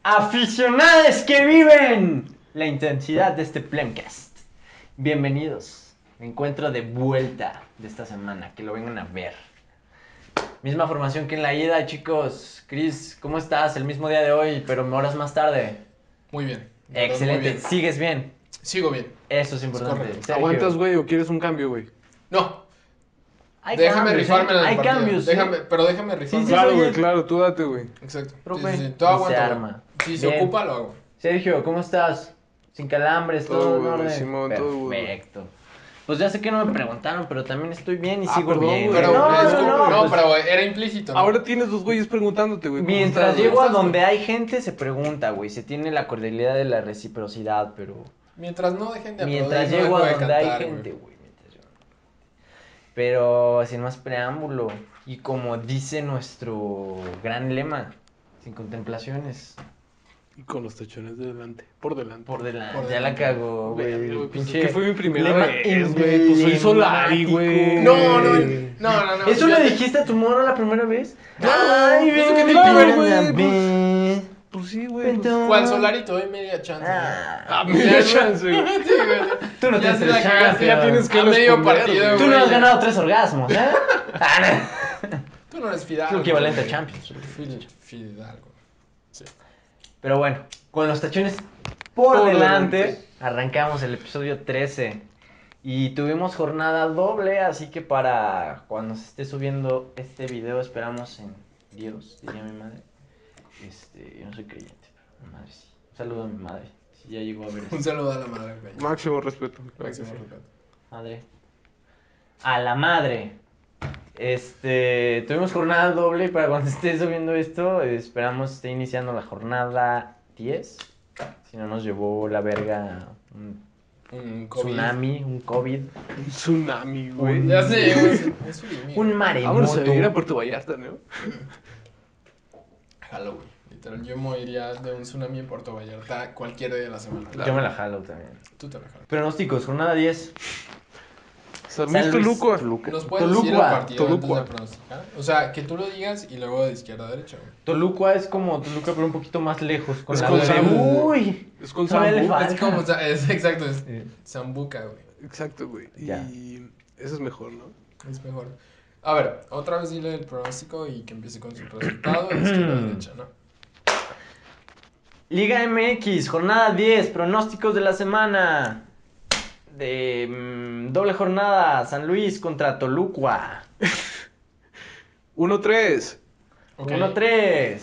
Aficionados que viven la intensidad de este Plemcast. Bienvenidos. Me encuentro de vuelta de esta semana. Que lo vengan a ver. Misma formación que en la ida, chicos. Chris, ¿cómo estás? El mismo día de hoy, pero horas más tarde. Muy bien. Excelente. Muy bien. ¿Sigues bien? Sigo bien. Eso es importante. Es Sergio. ¿Aguantas, güey, o quieres un cambio, güey? No. Hay Déjame cambios, rifarme en el hay partido. cambios. Pero déjame rifarme. Sí, Claro, soy güey, el- claro, tú date, güey. Exacto. Profe, Sí. y Todo aguanto. se güey. arma. Si se Bien. ocupa, lo hago. Sergio, ¿cómo estás? Sin calambres, Todo, todo en güey, orden. Simón, todo, güey. Perfecto. Pues ya sé que no me preguntaron, pero también estoy bien y Ah, sigo perdón, bien. güey. Pero, No, pues, pero era implícito. ¿no? Ahora tienes dos güeyes preguntándote, güey. ¿cómo mientras estás, llego güey? a donde hay gente se pregunta, güey. Se tiene la cordialidad de la reciprocidad, pero Mientras no dejen de aplaudir, mientras no llego dejo a de donde hay cantar, gente, güey. güey. Pero sin más preámbulo y como dice nuestro gran lema, sin contemplaciones. Y con los tachones de delante, por delante. Por delante, Por ya la delante. cago, Güey, güey. pues Pinche es que fue mi primera lema vez, güey. Pues soy Solari, güey. No. ¿Eso ya le te- dijiste a tu morro la primera vez? Claro, Ay, eso que ven, claro, ven, güey, ven. Pues sí, güey. pues- Perdón. ¿Cuál Solari? Te doy media chance. Ah, media chance, güey. Sí, güey. Tú no Ya tienes se la tres cagaste, chances. Ya tienes que A medio responder, partido, güey. Tú no has ganado 3 orgasmos, ¿eh? Tú no eres Es Fidalgo. lo equivalente a güey. Champions. Fidalgo. Sí. Pero bueno, con los tachones por Por delante, delante. arrancamos el episodio 13. Y tuvimos jornada doble, así que para cuando se esté subiendo este video esperamos en Dios, diría mi madre. Yo no soy creyente, pero mi madre sí. Un saludo a mi madre, si ya llegó a ver Un esto. saludo a la madre, güey. Máximo respeto. Máximo Sí. respeto. Madre. A la madre. Tuvimos jornada doble y para cuando se esté subiendo esto, esperamos esté iniciando la jornada 10. Si no nos llevó la verga un COVID. tsunami, un COVID, Un tsunami, güey. Ya sé, güey. Es un Vámonos a ir a maremoto. Puerto Vallarta, ¿no? Jalo, güey. Literal, yo moriría de un tsunami en Puerto Vallarta cualquier día de la semana. Yo me la jalo también. Tú te la jalas. Pronósticos, jornada 10. San San Luis Luis, Toluca. ¿Nos puedes decir el Toluca. partido Toluca. antes de pronosticar? O sea, que tú lo digas y luego de izquierda a derecha, güey. Toluca es como Toluca, pero un poquito más lejos. Con Es la con de- Sambu. Uy, Es con todavía le Sambu. falta. Es como, exacto, es Sí. Zambuca, güey. Exacto, güey. Ya. Y eso es mejor, ¿no? Es mejor. A ver, otra vez dile el pronóstico y que empiece con su resultado de izquierda a derecha, ¿no? Liga MX, jornada 10, pronósticos de la semana. Doble jornada, San Luis contra Toluca. 1-3. Ok. 1-3.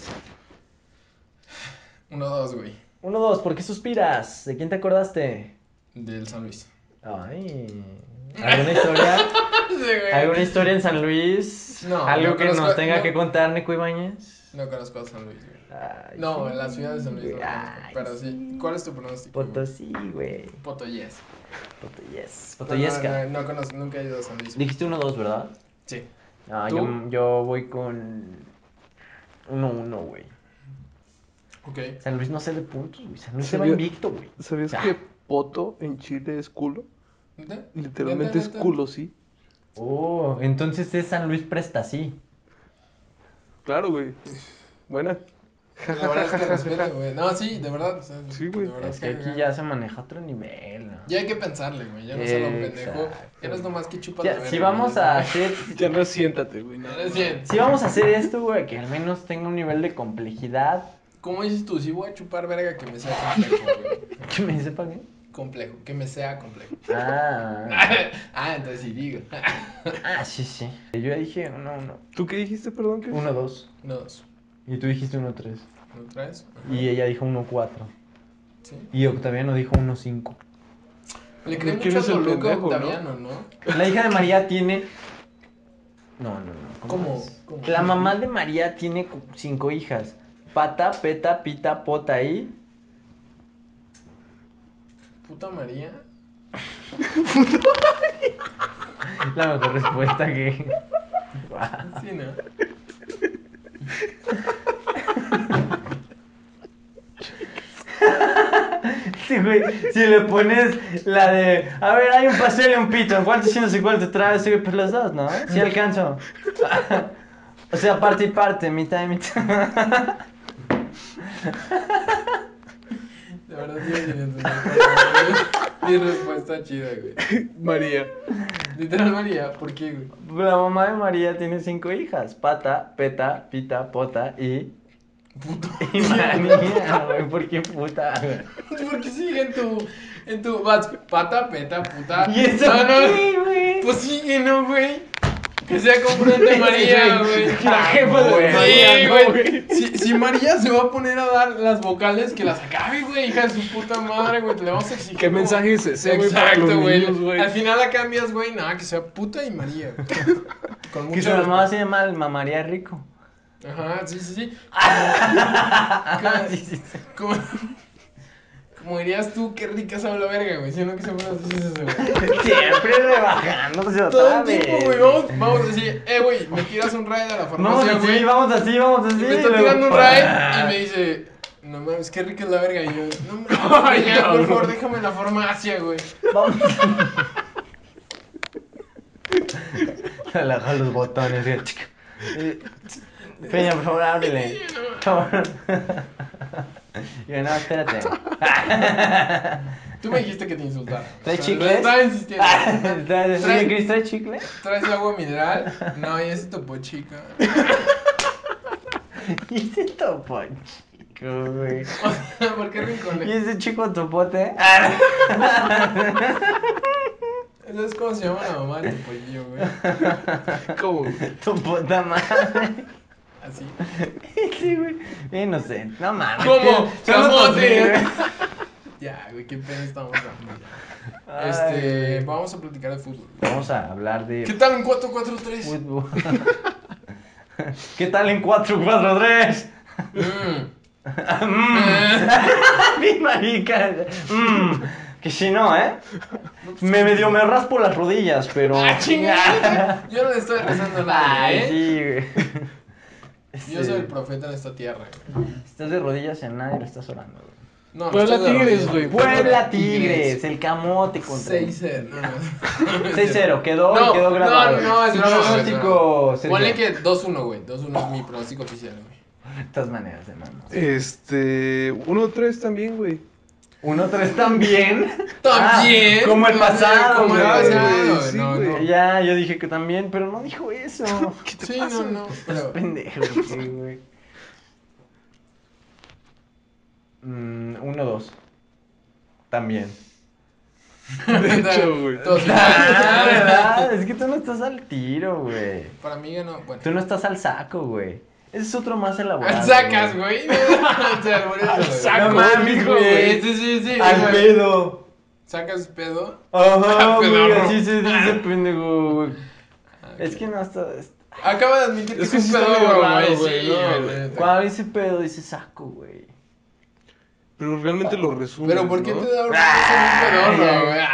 1-2, güey. 1-2, ¿por qué suspiras? ¿De quién te acordaste? Del San Luis. Ay. ¿Alguna historia? Sí, güey. ¿Alguna historia en San Luis? No, ¿Algo no que conozco- nos tenga no. que contar Nico Ibáñez? No conozco a San Luis, güey. Ay, No, sí, en la ciudad de San Luis no güey. conozco. Ay, Pero sí. ¿Cuál es tu pronóstico? güey? Potosí, güey. Potoyes. Potosí. No, Potosí. no conozco, nunca he ido a San Luis. Dijiste 1-2, ¿verdad? Sí. No, ¿Tú? yo voy con 1-1, güey. Ok. San Luis no se de puntos, güey. San Luis se va Sabía- invicto, güey. ¿Sabías Ah. que poto en Chile es culo? ¿Neta? Literalmente es ¿Neta? culo, sí. Oh, entonces es San Luis presta sí. Claro, güey. Buena. La verdad es que respeto, güey. No, sí, de verdad. O sea, Sí, güey. de verdad Es que aquí ya se maneja otro nivel, ¿no? Ya hay que pensarle, güey. Ya no solo un pendejo. Exacto. Ya no es nomás que chupa Ya, la verga. si vamos güey. a hacer... Ya no siéntate, güey. no. Eres bien. Si vamos a hacer esto, güey, que al menos tenga un nivel de complejidad. ¿Cómo dices tú? Si voy a chupar verga, que me sea complejo, güey. ¿Qué me sepa qué? Complejo, que me sea complejo. Ah, Entonces sí digo. sí. Yo ya dije 1-1. ¿Tú qué dijiste, perdón? ¿Qué? 1-2. No, dos. Y tú dijiste 1-3. ¿No traes? Y ella dijo 1-4. Sí. Y Octaviano dijo 1-5. Le creo ¿Quién mucho es a el Toluca pendejo, Octaviano, ¿no? La hija de María tiene... No. ¿Cómo? es? ¿Cómo? La mamá de María tiene 5 hijas. Pata, peta, pita, pota y... Puta María. La mejor respuesta que... Sí, ¿no? Sí, güey, si le pones la de, a ver, hay un pastel y un pito, ¿cuántos chinos y cuál te traes? Sí, pues los dos, ¿no? Sí alcanzo. O sea, parte y parte, mitad y mitad. De verdad, sí, mi respuesta chida, güey. María. Literal, María, ¿por qué, güey? La mamá de María tiene 5 hijas. Pata, Peta, Pita, Pota y... Puto. Y María, güey. ¿Por qué puta, güey? Porque sigue en tu vas, pata, peta, puta. ¿Y eso qué, güey? Pues sigue, ¿no, güey? Que sea congruente María, güey. La jefa de güey. María, Sí, ¿no, güey. Si María se va a poner a dar las vocales, que las acabe, güey, hija de su puta madre, güey. Te le vamos a exigir. ¿Qué como- mensaje es ese, güey, para los Exacto, niños, güey? Al final la cambias, güey, nada, que sea puta y María, güey. Con Que su mucho mamá respeto. se llama Alma María Rico. Ajá, sí, sí, sí. Sí, sí, sí. Como, como dirías tú, qué rica sabe la verga, güey. Si no que siempre nos dices eso, güey. Siempre rebajándose otra Todo el vez. tiempo, güey. Vamos a decir, güey, me tiras un raid a la Vamos farmacia, así, güey. vamos así, vamos así. Y me está luego- tirando un raid y me dice, no mames, qué rica es la verga. Y yo, no mames, ya, por cabrón. favor, déjame en la farmacia, güey. Vamos. Relaja los botones, güey. Peña, por favor, ábrele. Por favor. Y yo, no, espérate. Tú me dijiste que te insultara. ¿Traes O sea, chicles? Estaba insistiendo. Oye, Cris, ¿traes chicle? ¿Traes agua mineral? No, ya se topó, chica. Y ese topo chico, güey. ¿Por qué ¿Y rincones? ese chico topote? Eso es como se llama la mamá de tu pollillo, güey. ¿Cómo? Topota madre. Así. Sí, güey. Inocente. No mames. ¿Cómo? ¿qué? Son los Camote. 2000, güey. Ya, güey, qué pena estamos dando ya. Ay. Vamos a platicar de fútbol. Vamos a hablar de ¿Qué tal en 4-4-3? fútbol. ¿Qué tal en 4-4-3? Mi marica. Que si no, ¿eh? Me raspo las rodillas, pero... ¡Ah, chingada! Yo no le estoy rezando a nadie, Ay, sí, güey. Yo soy el profeta en esta tierra, güey. Estás de rodillas en nadie, lo estás orando, güey. No, Puebla estoy de Tigres, rodillas. güey. Puebla Tigres, el camote contra... 6-0. No, no. 6-0, quedó No, grabado. no, es broma, Pronóstico, Sergio. Ponle que 2-1, güey. 2-1 es mi pronóstico oficial, güey. De todas maneras, hermano. 1-3 también, güey. 1-3 también. También. Como el pasado, Como el güey. pasado, Sí, no, güey. no. Ya, yo dije que también, pero no dijo eso. Sí, no. Pero, Pendejo, sí, güey. 1-2. También. De hecho, güey. Todos Ah, igual. ¿verdad? Es que tú no estás al tiro, güey. Para mí ganó. Bueno. Tú no estás al saco, güey. Ese es otro más elaborado. Sacas, güey. O sea, por eso, Al güey. saco, No mames, Hijo, güey. Sí, Al güey. pedo. Sacas pedo. Ajá, güey, Pedorro. así se dice, pendejo, güey. Es que no está... Acaba de admitir que Es que es sí un está pedo, medio güey. raro, Sí, güey, no, güey, güey. neta. Cuando dice pedo, dice saco, güey. Pero realmente lo resume. Pero ¿por qué ¿no? te da orgullo ser un pedorro, güey?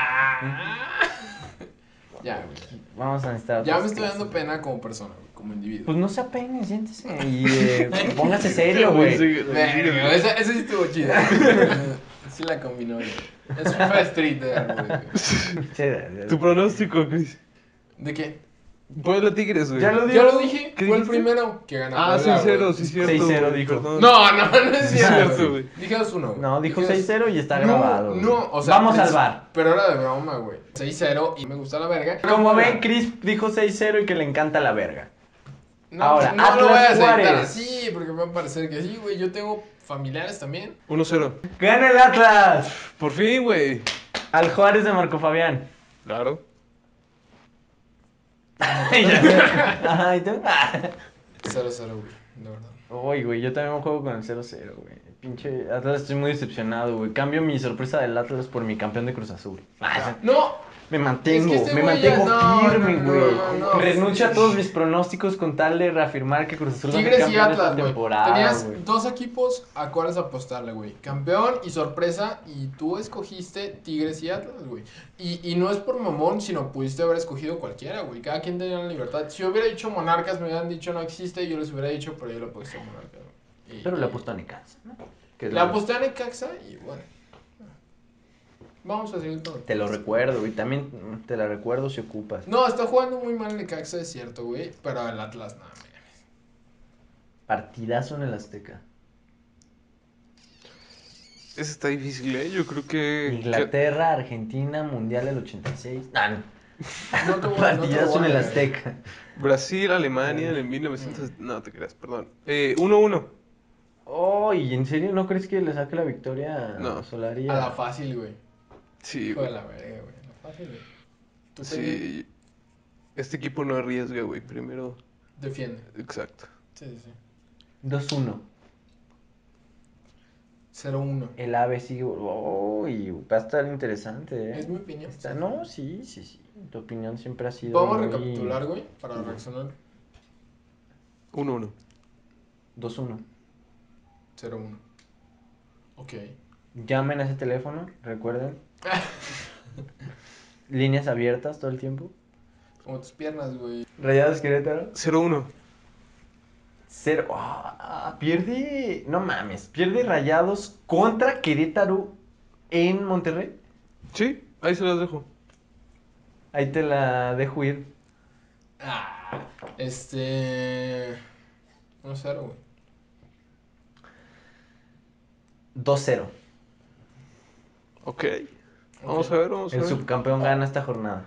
Ya, güey. Vamos a necesitar Ya me otras estoy dando clases. pena como persona, güey, como individuo. Pues no se apene, siéntese y póngase Sí, serio, güey. sí, Verga, esa sí estuvo chida. Sí la combinó, güey. Es FIFA Street de algo, güey. Tu pronóstico, Chris. ¿De qué? Puebla Tigres, güey. Ya lo Ya lo dije, ¿Qué fue el dijiste? primero que ganó. Ah, Puebla, 6-0, güey. sí, cierto. 6-0 güey, dijo. perdón. No es Sí, cierto, cierto, güey. güey. Dije 2-1, güey. No, dijo Dije 6-0 y está No, grabado. güey. no, o sea. Vamos al bar. Pero era de broma, güey. 6-0 y me gusta la verga. Como ven, Chris dijo 6-0 y que le encanta la verga. No, Ahora, no lo voy a Atlas aceptar Juárez. así, porque me va a parecer que sí, güey. Yo tengo familiares también. 1-0. ¡Gana el Atlas! Por fin, güey. Al Juárez de Marco Fabián. Claro. Ajá, ¿y tú? 0-0, güey. De verdad. Uy, güey, yo también juego con el 0-0, güey. Pinche Atlas, estoy muy decepcionado, güey. Cambio mi sorpresa del Atlas por mi campeón de Cruz Azul. No, Me mantengo, Es que este me güey ya- mantengo no, firme, no, güey. no, no. Renuncio a todos mis pronósticos con tal de reafirmar que Cruz Azul va a ser Tigres y campeón esta Atlas, güey. temporada, Tenías güey. dos equipos a cuáles apostarle, güey. Campeón y sorpresa. Y tú escogiste Tigres y Atlas, güey. Y no es por mamón, sino pudiste haber escogido cualquiera, güey. Cada quien tenía la libertad. Si yo hubiera dicho Monarcas, me hubieran dicho no existe. Yo les hubiera dicho, pero yo le aposté a Monarcas, güey. Pero le apostó a Necaxa, ¿no? Que Le aposté a Necaxa y bueno. Vamos a seguir con Te lo recuerdo, güey. También te la recuerdo si ocupas. No, está jugando muy mal Necaxa, es cierto, güey. Pero el Atlas, nada, mames. Partidazo en el Azteca. Ese está difícil, ¿eh? Yo creo que... Inglaterra, Argentina, Mundial del 86. Ah, no. No te voy a Partidazo en el negar. Azteca. Brasil, Alemania en el 1900... No, te creas, perdón. 1-1. Oh, ¿y en serio no crees que le saque la victoria No. a Solari? A la fácil, güey. Sí, Hijo de güey. la verga, güey. A la fácil, güey. Tú te Sí. Este equipo no arriesga, güey. Primero... defiende. Exacto. Sí, sí, sí. 2-1. 0-1. El AVE sigue. Oh, y va a estar interesante, ¿eh? Es mi opinión. No, sí, sí, sí. Tu opinión siempre ha sido. Vamos a muy- recapitular, güey, para reaccionar. 1-1. 2-1. 0-1. Ok. Llamen a ese teléfono, recuerden. Líneas abiertas todo el tiempo. Como tus piernas, güey. Rayados Querétaro. 0-1. 0. Pierde. No mames. Pierde Rayados contra Querétaro en Monterrey. Sí, ahí se las dejo. Ahí te la dejo ir. 1-0, güey. 2-0. Ok. Vamos a ver, vamos a El ver. subcampeón gana esta jornada.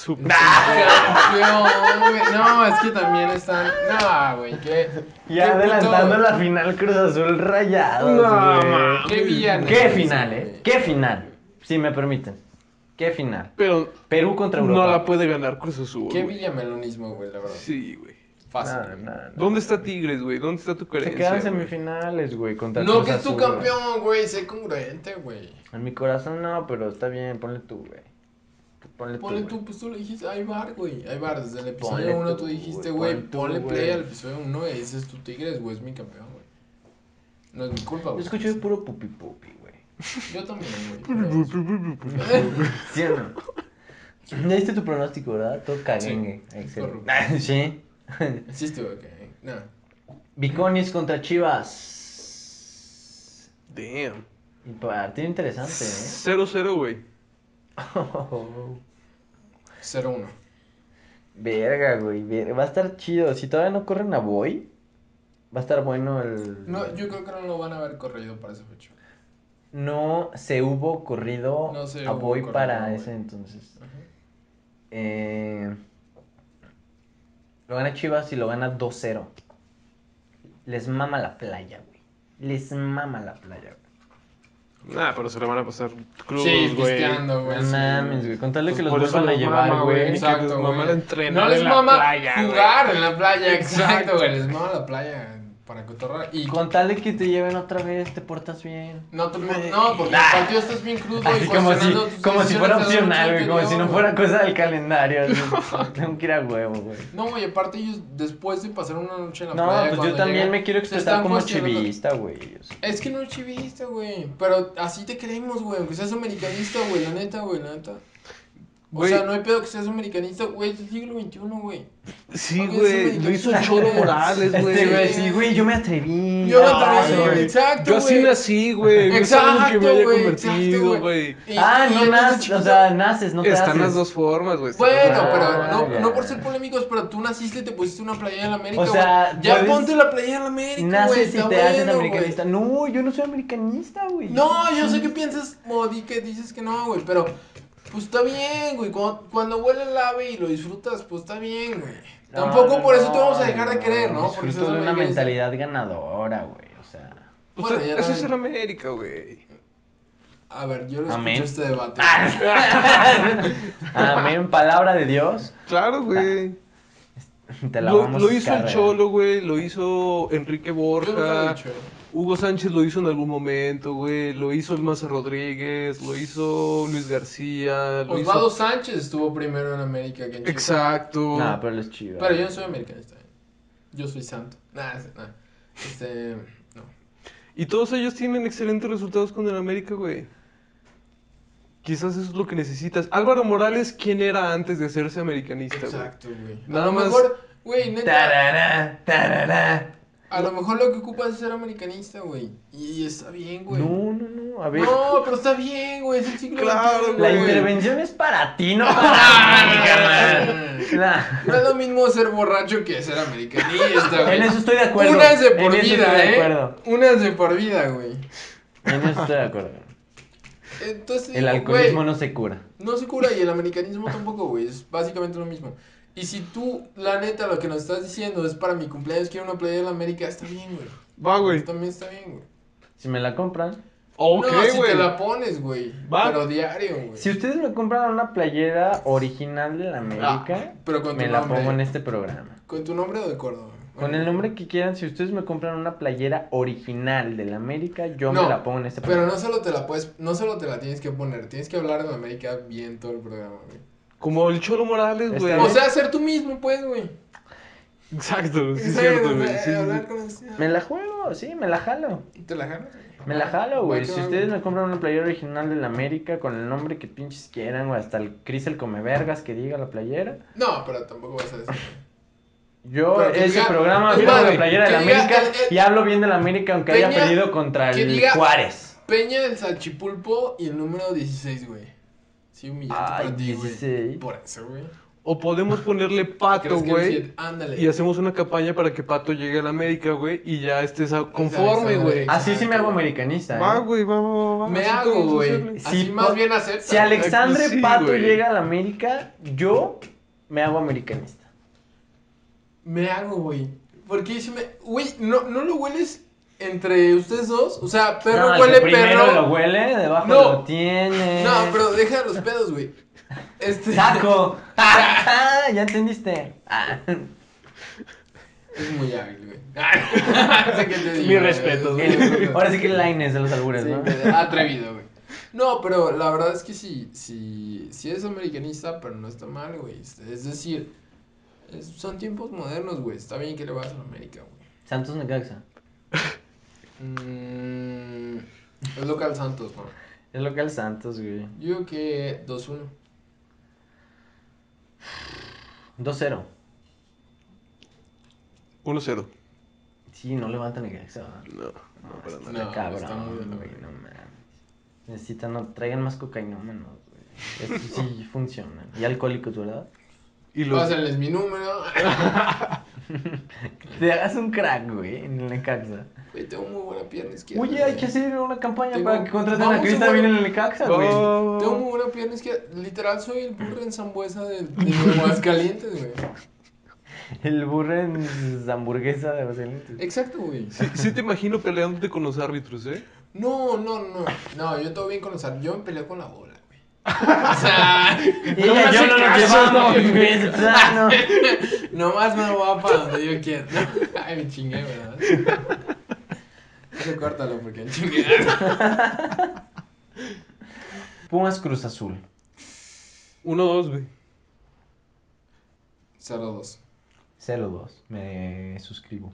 Campeón, güey. No, es que también están. No, güey, qué. Ya qué adelantando puto- la final Cruz Azul Rayados. No, güey. mames. Qué villano. ¿Qué eres, final, güey. ¿Qué final? Si me permiten. ¿Qué final? Pero Perú contra Europa. no la puede ganar Cruz Azul. Qué güey. villamelonismo, güey, la verdad. Sí, güey. Fácil. No, güey. no, no. ¿Dónde está Tigres, güey? ¿Dónde está tu Se coherencia? quedan güey? semifinales, güey, contra No, Cruz que es tu Azul. campeón, güey. Sé congruente, güey. En mi corazón no, pero está bien, ponle tú, güey. Ponle Ponle tú, tú, güey. pues tú le dijiste, hay bar, güey. Hay bar. Desde el Ponle episodio 1 tú, tú dijiste, güey, güey, pon tú, ponle güey. play al episodio 1 y dices tu Tigres, güey, es mi campeón, güey. No es mi culpa, Yo güey. escuché puro pupi pupi, güey. Yo también, güey. ¿Sí o no? Ya diste tu pronóstico, ¿verdad? Todo caguengue. Excelente. Sí. Existe, güey, que. No. Viconis contra Chivas. Damn. Y partido interesante, 0-0, güey. ¿eh? 0-1. Verga, güey. Va a estar chido. Si todavía no corren a Boy, va a estar bueno el. No, yo creo que no lo van a haber corrido para esa fecha. No se hubo corrido No se a hubo Boy corrido, para güey. ese entonces. Ajá. Lo gana Chivas y lo gana 2-0. Les mama la playa, güey. Les mama la playa, güey. Nah, pero se le van a pasar crudos, Sí, güey. pisteando, güey. No sí. mames, güey. Con tal de que los Por eso vuelvan a les llevar, mama, güey. güey. Exacto, les güey. mama entrenar No les en la mama playa, güey. jugar en la playa, exacto, güey. Les mama la playa para cotorrar. Y Con tal de que te lleven otra vez, te portas bien. no, no, porque el partido estás bien crudo y Así como si, cuestionando tus como si decisiones fuera de la noche opcional, güey. Como si no anterior, fuera güey. cosa del calendario. así. Tengo que ir a huevo, güey. No, güey, aparte ellos después de pasar una noche en la No, playa. pues yo cuando también llegan, me quiero se expresar están como cuestionando- chivista, güey. O sea, Es que no es chivista, güey. Pero así te queremos, güey. Aunque seas americanista, güey. La neta, güey, la neta. O Güey. sea, no hay pedo que seas americanista, güey. Es el siglo XXI, güey. Sí, Porque güey. es Lo hizo americanista. Cholo Morales, güey. Este güey, sí, güey, yo me atreví. Yo no Ah, atreví, güey. exacto, Yo así güey. nací, güey. No es algo que me haya güey, convertido, exacto, güey. Y- Ah, y no entonces, naces, o chicos, sea, naces, no te Están haces. las dos formas, güey. Bueno, Ah, pero ya. no por ser polémicos, pero tú naciste y te pusiste una playera en la América, O güey. sea, Ya puedes- ponte la playera en la América, güey. Naces y está te haces bueno, güey. americanista. No, yo no soy americanista, güey. No, yo sé que piensas, Modi, que dices que no, güey, pero pues está bien, güey. Cuando huele el ave y lo disfrutas, pues está bien, güey. No, Tampoco no, por eso te no, vamos a dejar de querer, ¿no? Porque Disfruto sos de una americanista. mentalidad ganadora, güey. O sea. Pues, Bueno, ya eso es también. el América, güey. A ver, yo lo Amén. escucho este debate. Amén, palabra de Dios. Claro, güey. Te la Lo, vamos lo a hizo el cargar. Cholo, güey. Lo hizo Enrique Yo nunca lo he Borja. dicho. Hugo Sánchez lo hizo en algún momento, güey. Lo hizo el Maza Rodríguez. Lo hizo Luis García. Lo Osvaldo hizo... Sánchez estuvo primero en América que en Chivas. Exacto. Nah, pero él es chido. Pero yo no soy americanista. Yo soy santo. Nah. No. Y todos ellos tienen excelentes resultados con el América, güey. Quizás eso es lo que necesitas. Álvaro Morales, ¿quién era antes de hacerse americanista, güey? Exacto, güey. Nada A lo más- mejor, güey, neta. Tarará, tarará. A lo mejor lo que ocupas es ser americanista, güey. Y está bien, güey. No. A ver. No, pero está bien, güey. Es el siglo Claro, XXI, La güey. intervención es para ti, no. Nah. No es lo mismo ser borracho que ser americanista, güey. En eso estoy de acuerdo. Una es de por En eso vida, estoy de acuerdo. Una es de por vida, güey. En eso estoy de acuerdo. Entonces, El digo, alcoholismo güey, no se cura. no se cura y el americanismo tampoco, güey. Es básicamente lo mismo. Y si tú, la neta, lo que nos estás diciendo es para mi cumpleaños quiero una playera de la América, está bien, güey. Va, güey. También está bien, güey. Si me la compran. Ok, no, si güey. te la pones, güey. Va. Pero diario, güey. Si ustedes me compran una playera original de la América, pero con tu me la nombre. pongo en este programa. ¿Con tu nombre o de Córdoba? Con el nombre que quieran, si ustedes me compran una playera original de la América, yo No, me la pongo en este Pero programa. no solo te la tienes que poner, tienes que hablar de la América bien todo el programa, güey. Como el Cholo Morales, güey. Está O sea, ser tú mismo, pues, güey. Exacto, sí es Sí, cierto, o güey. sea, Sí, sí, hablar sí. con el- Me la juego, sí, me la jalo. ¿Te la ganas? Me la jalo, güey. Va que Si va, ustedes güey. me compran una playera original de la América con el nombre que pinches quieran, güey, hasta el Cris el Comevergas que diga la playera. No, pero tampoco vas a decir. Yo, Pero que ese diga- programa, es pongo más, la playera de que la diga América el- y hablo bien de la América aunque haya Peña- perdido contra que el diga- Juárez. Peña el Salchipulpo y el número 16, güey. Sí, humillante Ay, para ti, güey. 16. Por eso, güey. O podemos ponerle Pato, ¿Crees que el güey. siete- Ándale. Y hacemos una campaña para que Pato llegue a la América, güey. Y ya estés conforme, Exacto, güey. exacto. Así sí me hago americanista, Va, ¿eh? güey, va. Me Así hago, podemos güey. hacerle. Así Sí, más bien acepta. Si Alexandre Sí, Pato güey. llega a la América, yo me hago americanista. Me hago, güey. Porque si me. Güey, ¿no lo hueles entre ustedes dos? O sea, perro No, el huele que primero perro. lo huele, debajo No. lo tiene. No, pero deja los pedos, güey. ¡Saco! Ya entendiste. Ah. Es muy hábil, güey. No sé qué te digo, Mi güey. respeto, güey. Ahora sí que el line es de los albures, ¿no? Sí, atrevido, güey. No, pero la verdad es que sí es americanista, pero no está mal, güey. Es decir, son tiempos modernos, güey. Está bien que le vas a la América, güey. Santos Necaxa. Es local Santos, ¿no? Es local Santos, güey. Yo digo que 2-1. 2-0. 1-0. Sí, no levanta Necaxa. No, para nada. No, Cabrón, está muy güey, bien. no mames. Necesitan, no, traigan más cocainómanos, güey. Estos sí funcionan. Y alcohólicos, ¿verdad? Y los... Pásenles mi número. Te hagas un crack, güey, en el Necaxa. Güey, tengo muy buena pierna izquierda. Oye, hay güey. que hacer una campaña Tengo- para que contraten a vamos a Cris poner- también en el Necaxa, güey. Tengo muy buena pierna izquierda. Literal, soy el burro en Zambuesa de Aguascalientes, güey. El burro en hamburguesa de Aguascalientes. Exacto, güey. Sí te imagino peleándote con los árbitros, ¿eh? No, yo todo bien con los árbitros. Yo me peleo con la bola, güey. O sea, Y ella, yo no lo llevamos, güey, de plano. nomás me voy para donde yo quiera. Ay, me chingué, ¿verdad? Eso córtalo porque me chingué. Pumas Cruz Azul. 1-2, güey. 0-2. 0-2. Me suscribo.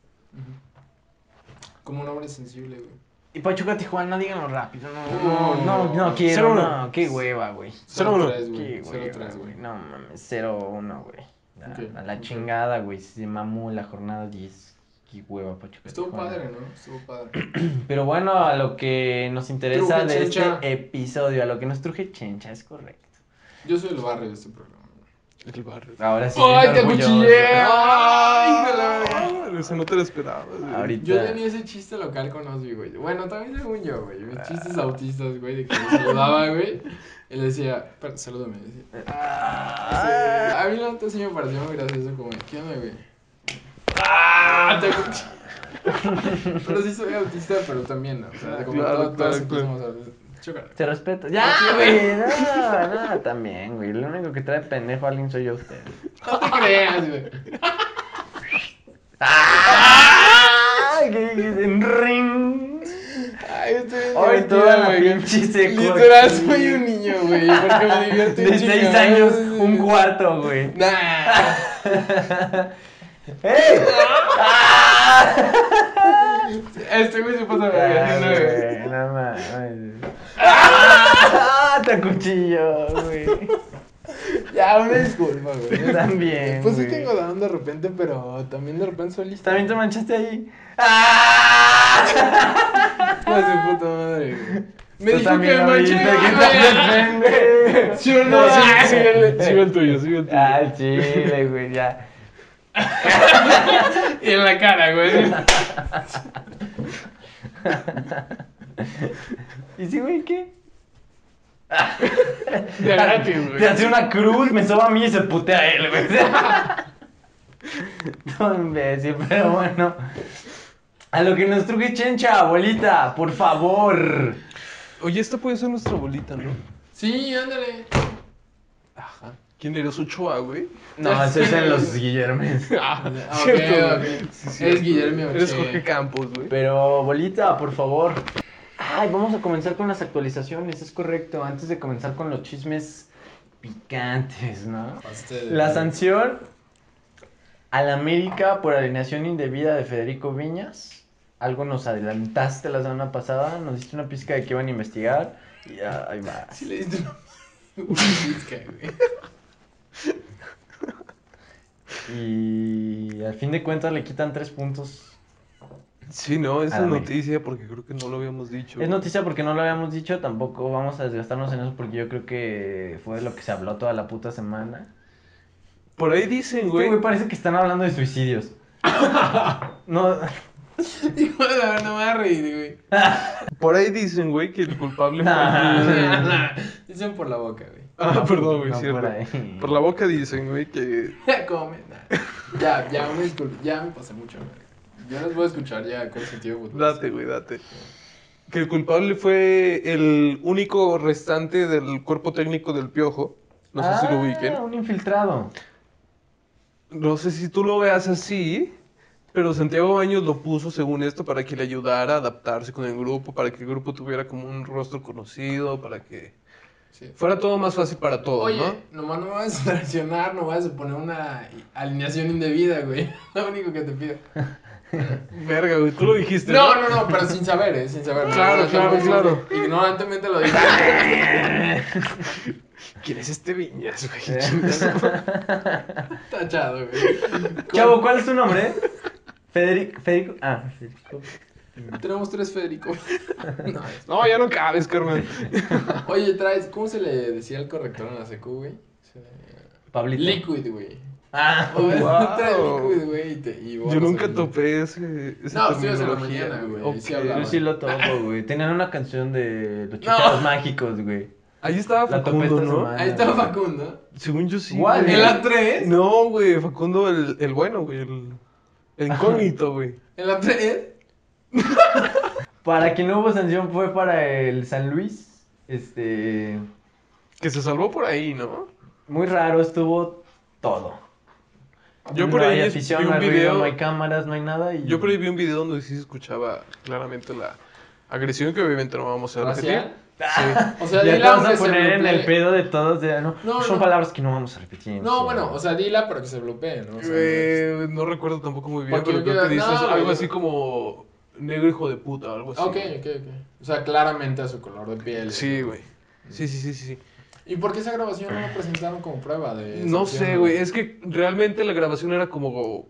Como un hombre sensible, güey. Y Pachuca Tijuana, díganlo rápido. No quiero. 0-1. No, qué hueva, güey. 0-1. 0-3, güey. Qué hueva, 0-3, güey. güey. No mames, 0-1, güey. Ok, A la ok. chingada, güey. Se mamó la jornada 10. Qué hueva, Pachuca Estuvo Tijuana. padre, ¿no? Estuvo padre. Pero bueno, a lo que nos interesa Truje de Chencha. este episodio, a lo que nos truje Chencha, es correcto. Yo soy el barrio de este programa. El barrio. Ahora sí. ¡Ay, te orgulloso. acuchillé! ¡Ay, de la verga! Eso no te lo esperaba, güey. Ahorita. Yo tenía ese chiste local con Osby, güey. Bueno, también según yo, güey. Mis chistes autistas, güey, de que me saludaba, güey. Y le decía, salúdame. Decía. Ah, A mí la neta sí me pareció muy gracioso, como, ¿qué onda, güey? ¡Ah! Pero sí soy autista, pero también, ¿no? O sea, como Claro, todos claro, somos autistas. Chócala. Te respeto. Ya, güey. No, también, güey. Lo único que trae pendejo a alguien soy yo a usted. No te creas, güey. ¡Ah! En ring. Ay, estoy bien Hoy divertido, toda la güey. pinche seco. Literal, soy un niño, güey. Porque me divierto un De 6 chingo. años, un cuarto, güey. Nah. ¡Ey! ¡Ah! Este güey se pasa Ah, verga, ¿no, güey? güey, no mames. ¡Ah! Te acuchillo, güey. Ya, una disculpa, güey. Yo también, Pues sí güey. tengo down de repente, pero también de repente soy listo. También te manchaste ahí. ¡Ah! Hijo de su puta madre, güey. Me Tú dijo también que me lo manché, viste, que güey. te defende. ¿Sí o no? No, Ah, sigue el tuyo, sigue el tuyo. Ah, chile, güey, ya. Y en la cara, güey. ¿Y sí, güey, qué? De gratis, güey. Te hace una cruz, me soba a mí y se putea a él, güey. Todo imbécil, pero bueno. A lo que nos truje Chencha, abuelita, por favor. Oye, esta puede ser nuestra bolita, ¿no? Sí, ándale. Ajá. ¿Quién eres? ¿Ochoa, güey? No, ese es en los Guillermes. Ah, Ok, cierto, ok. güey. Sí, Eres cierto. Guillermo Eres Ochoa. Jorge Campos, güey. Pero, abuelita, por favor. Ay, vamos a comenzar con las actualizaciones, es correcto. Antes de comenzar con los chismes picantes, ¿no? La sanción al América por alineación indebida de Federico Viñas. Algo nos adelantaste la semana pasada, nos diste una pizca de que iban a investigar y ya, ahí va. Sí le diste una pizca, güey. Y al fin de cuentas le quitan 3 puntos. Sí, no, esa A es la América. noticia porque creo que no lo habíamos dicho. Es noticia porque no lo habíamos dicho, tampoco vamos a desgastarnos en eso porque yo creo que fue de lo que se habló toda la puta semana. Por ahí dicen, Güey, güey. parece que están hablando de suicidios. No, Hijo de la no me va a reír, güey. Por ahí dicen, güey, que el culpable fue. Nah. Dicen por la boca, güey. Ah, perdón, güey, no cierto. por ahí. Por la boca dicen, güey, que. Come, ya, me disculpo. Ya me pasé mucho, güey. Yo les voy a escuchar ya con sentido de fútbol. Date, güey, date. Que el culpable fue el único restante del cuerpo técnico del Piojo. No sé si lo ubiquen. Un infiltrado. No sé si tú lo veas así, pero Santiago Baños lo puso según esto para que le ayudara a adaptarse con el grupo, para que el grupo tuviera como un rostro conocido, para que Sí. fuera todo más fácil para todos, Oye, ¿no? nomás no me vas a sancionar, no vas a poner una alineación indebida, güey. Lo único que te pido. Verga, güey, tú lo dijiste. No, pero sin saber, sin saber. Claro, No, claro, tampoco- claro. Ignorantemente lo dije. ¿Quién es este Viñas, Eh. güey? Chingas. Tachado, güey. Chavo, ¿cuál es tu nombre? Federico. Federico. Tenemos 3 Federico. No, No, ya no cabes, carnal. Oye, traes, ¿cómo se le decía al corrector en la secu, güey? Pablito. Liquid, güey. Ah, O Wow. traes liquid, güey. y Yo nunca borras el- topé esa No, estudias en la terminología, mañana, güey, Ok. sí hablaba. yo sí lo topo, güey. Tenían una canción de los chucheros mágicos, güey. Ahí estaba La topé Facundo, esta ¿no? semana. Ahí estaba Facundo. Según yo sí. ¿Cuál? güey. ¿En la 3? No, güey, Facundo el bueno, güey, el incógnito, güey. ¿En la 3? Para quien no hubo sanción fue para el San Luis. Que se salvó por ahí, ¿no? Muy raro estuvo todo. Yo por no ahí hay vi afición, un no hay ruido, video- no hay cámaras, no hay nada. Y... Yo por ahí vi un video donde sí se escuchaba claramente la agresión que obviamente no vamos a repetir. ¿Racial? Sí. O sea, ya te dila vas aunque a se poner en bloquee. el pedo de todos. No, No, son no. palabras que no vamos a repetir. No, bueno, o sea, dila, pero que se bloquee, ¿no? O sea, No recuerdo tampoco muy bien, Porque pero yo creo que quiero- dices no, algo güey. así como negro hijo de puta, algo así. Ok. O sea, claramente a su color de piel. Sí, güey. Sí. ¿Y por qué esa grabación no la presentaron como prueba de No sanción, sé, güey, es que realmente la grabación era como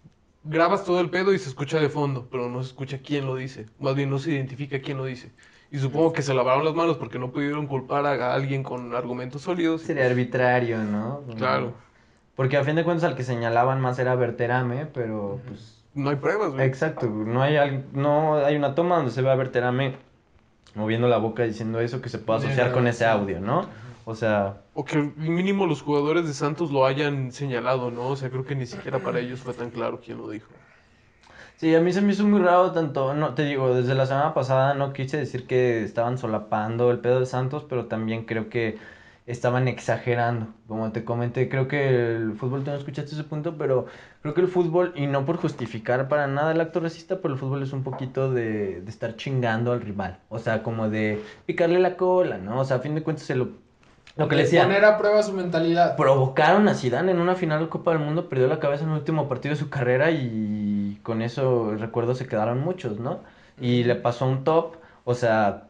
grabas todo el pedo y se escucha de fondo, pero no se escucha quién lo dice. Más bien no se identifica quién lo dice. Y supongo que se lavaron las manos porque no pudieron culpar a alguien con argumentos sólidos. Sería arbitrario, ¿no? Claro. Porque a fin de cuentas al que señalaban más era Berterame, pero pues... No hay pruebas, güey. Exacto, no hay una toma donde se ve a Berterame moviendo la boca diciendo eso que se pueda asociar con ese audio, ¿no? O sea, O que mínimo los jugadores de Santos lo hayan señalado, ¿no? O sea, creo que ni siquiera para ellos fue tan claro quién lo dijo. sí, a mí se me hizo muy raro tanto, no, te digo, desde la semana pasada no quise decir que estaban solapando el pedo de Santos, pero también creo que estaban exagerando. Como te comenté, creo que el fútbol, tú no escuchaste ese punto, pero creo que el fútbol, y no por justificar para nada el acto racista, pero el fútbol es un poquito de estar chingando al rival. O sea, como de picarle la cola, ¿no? O sea, a fin de cuentas lo que le decía. Poner a prueba su mentalidad. Provocaron a Zidane en una final de Copa del Mundo, perdió la cabeza en el último partido de su carrera y con eso, recuerdo, se quedaron muchos, ¿no? Y le pasó un top, o sea,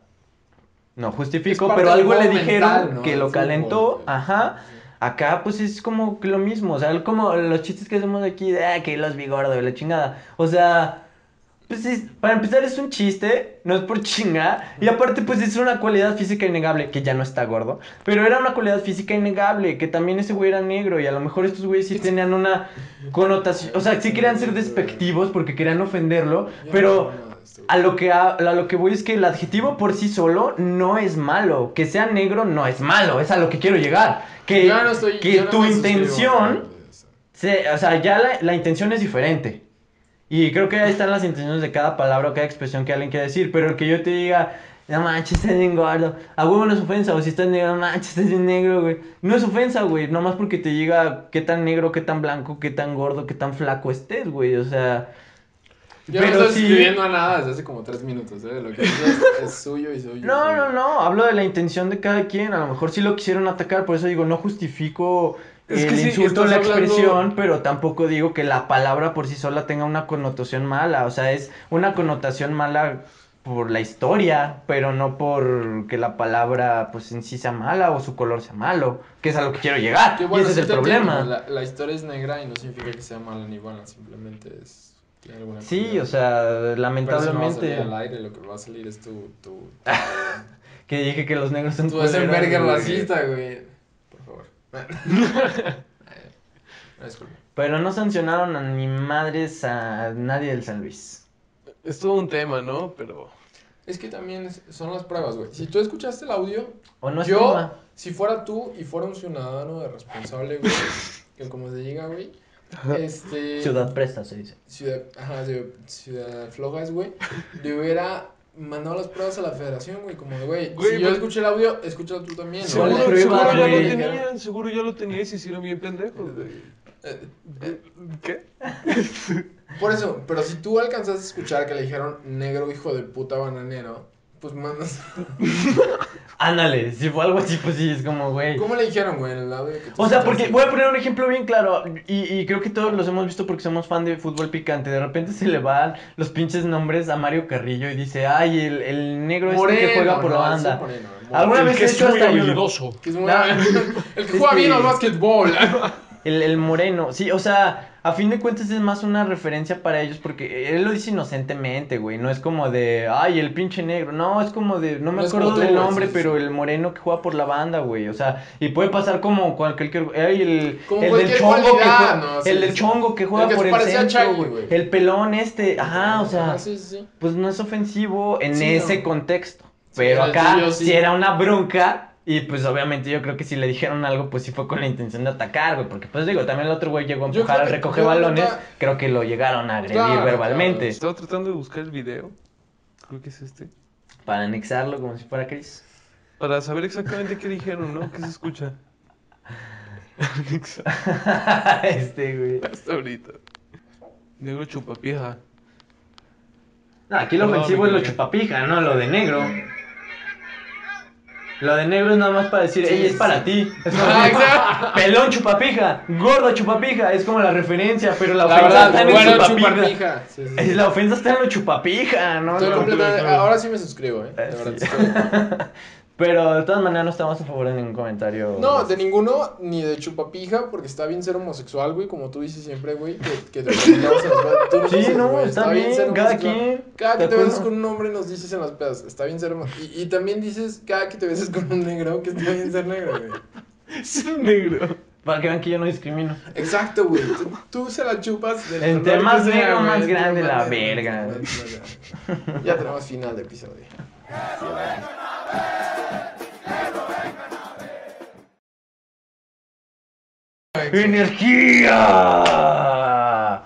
no Es justifico, parte pero del algo le juego dijeron mental, ¿no? que del lo fútbol, calentó, güey. ajá. Acá pues es como que lo mismo, o sea, como los chistes que hacemos aquí de que los vi gordo y la chingada. O sea, pues para empezar es un chiste, no es por chingar. Y aparte pues es una cualidad física innegable, que ya no está gordo. Pero era una cualidad física innegable, que también ese güey era negro. Y a lo mejor estos güeyes sí tenían una connotación, o sea, sí querían ser despectivos porque querían ofenderlo. Ya Pero no, esto. A lo que voy es que el adjetivo por sí solo no es malo. Que sea negro no es malo. Es a lo que quiero llegar. Que, Yo no estoy- que yo no tu me suscribo a intención... nada de eso. O sea, ya la intención es diferente. Y creo que ahí están las intenciones de cada palabra o cada expresión que alguien quiere decir. Pero el que yo te diga, no manches, estás bien gordo, a huevo no es ofensa. O si estás negro, no manches, estás bien negro, güey. No es ofensa, güey. Nomás porque te diga qué tan negro, qué tan blanco, qué tan gordo, qué tan flaco estés, güey. O sea. Yo no pero estoy sí. escribiendo a nada desde hace como 3 minutos, Lo que dices es suyo y suyo. No, suyo. no. Hablo de la intención de cada quien. A lo mejor sí lo quisieron atacar. Por eso digo, no justifico Es el que sí, insulto o estás la hablando- expresión, pero tampoco digo que la palabra por sí sola tenga una connotación mala. O sea, es una connotación mala por la historia, pero no por que la palabra pues en sí sea mala o su color sea malo, que es a lo que quiero llegar. Que Y bueno, ese es sí el te problema. entiendo, la historia es negra y no significa que sea mala ni buena, simplemente tiene alguna Sí, cualidad. o sea, Pero eso no va a lamentablemente salir al aire, lo que va a salir es tu que dije que los negros son tu desenvergue güey. racista, güey. Por favor. Disculpe. Pero no sancionaron a ni madres a nadie del San Luis. Es todo un tema, ¿no? Pero... Es que también son las pruebas, güey. Si tú escuchaste el audio, ¿O no es yo, tema? si fuera tú y fuera un ciudadano responsable, güey, que como se diga, güey, Ciudad Presta se dice. Ciudad Flojas, güey, le hubiera mandado las pruebas a la federación, güey, como de, güey, Güey, si yo pues- escuché el audio, escúchalo tú también, Seguro- ¿no? pruebas, seguro ya lo güey. tenían, seguro ya lo tenían y se hicieron bien pendejos, güey. ¿Qué? Por eso, pero si tú alcanzaste a escuchar que le dijeron negro hijo de puta bananero, pues mandas. Ándale, si fue algo así, pues sí, es como, güey. ¿Cómo le dijeron, güey, en el audio? Que tú O sea, porque escuchaste? voy a poner un ejemplo bien claro, y creo que todos los hemos visto porque somos fan de fútbol picante. De repente se le van los pinches nombres a Mario Carrillo y dice, ay, el negro que juega por la no, banda. sí, Moreno, ¿Alguna El vez que he es hecho muy hasta yo? habilidoso. Que es muy- No. el que juega bien al básquetbol. El moreno, sí, o sea, a fin de cuentas es más una referencia para ellos porque él lo dice inocentemente, güey, no es como de, ay, el pinche negro, no, es como de, no me No es acuerdo como tú, del güey, nombre, sí, pero sí. el moreno que juega por la banda, güey, o sea, y puede pasar como cualquier, ay, Como el del cualquier chongo que cualidad, juega, ¿no? Sí, el del sí. chongo que juega El que por se el parecía a centro, Shaggy, güey, güey. el pelón ajá, o sea, Sí, sí, sí. pues no es ofensivo en Sí, ese no. contexto, Sí, pero el acá tuyo sí. si era una bronca. Y pues obviamente yo creo que si le dijeron algo, pues sí fue con la intención de atacar, güey. Porque pues digo, también el otro güey llegó a Yo empujar creo al que- recoge yo creo que balones. está- Creo que lo llegaron a agredir Claro, verbalmente. Estaba tratando de buscar el video. Creo que es este. Para anexarlo como si fuera Chris. Para saber exactamente qué dijeron, ¿no? ¿Qué se escucha? Güey. Hasta ahorita. Negro chupapija. No, aquí lo Perdón, ofensivo me es lo equivoqué. chupapija, no lo de negro. Lo de negro es nada más para decir, Sí, ey, es sí, para sí. ti. Es como, Ah, exacto. pelón chupapija, gordo chupapija, es como la referencia, pero la La ofensa verdad, está en el bueno, chupapija. chupapija. Sí, sí, sí. La ofensa está en lo chupapija, ¿no? Estoy No, completamente- claro. Ahora sí me suscribo, De Sí. verdad. estoy- Pero de todas maneras no estamos a favor de ningún comentario. No, de ninguno, ni de chupapija, porque está bien ser homosexual, güey, como tú dices siempre, güey, que te presentamos en las pedas. Tú nos Sí, dices, no, güey, está bien, ser cada homosexual. quien. Cada que ¿de te besas acuerdo? con un hombre nos dices en las pedas, está bien ser homosexual. Y también dices, cada que te besas con un negro, que está bien ser negro, güey. Es un negro. Para que vean que yo no discrimino. Exacto, güey. Tú se la chupas del Entre color más que sea, negro, güey, más entre grande más la negro, verga. entre más grande. Ya tenemos final de episodio. ¡Energía!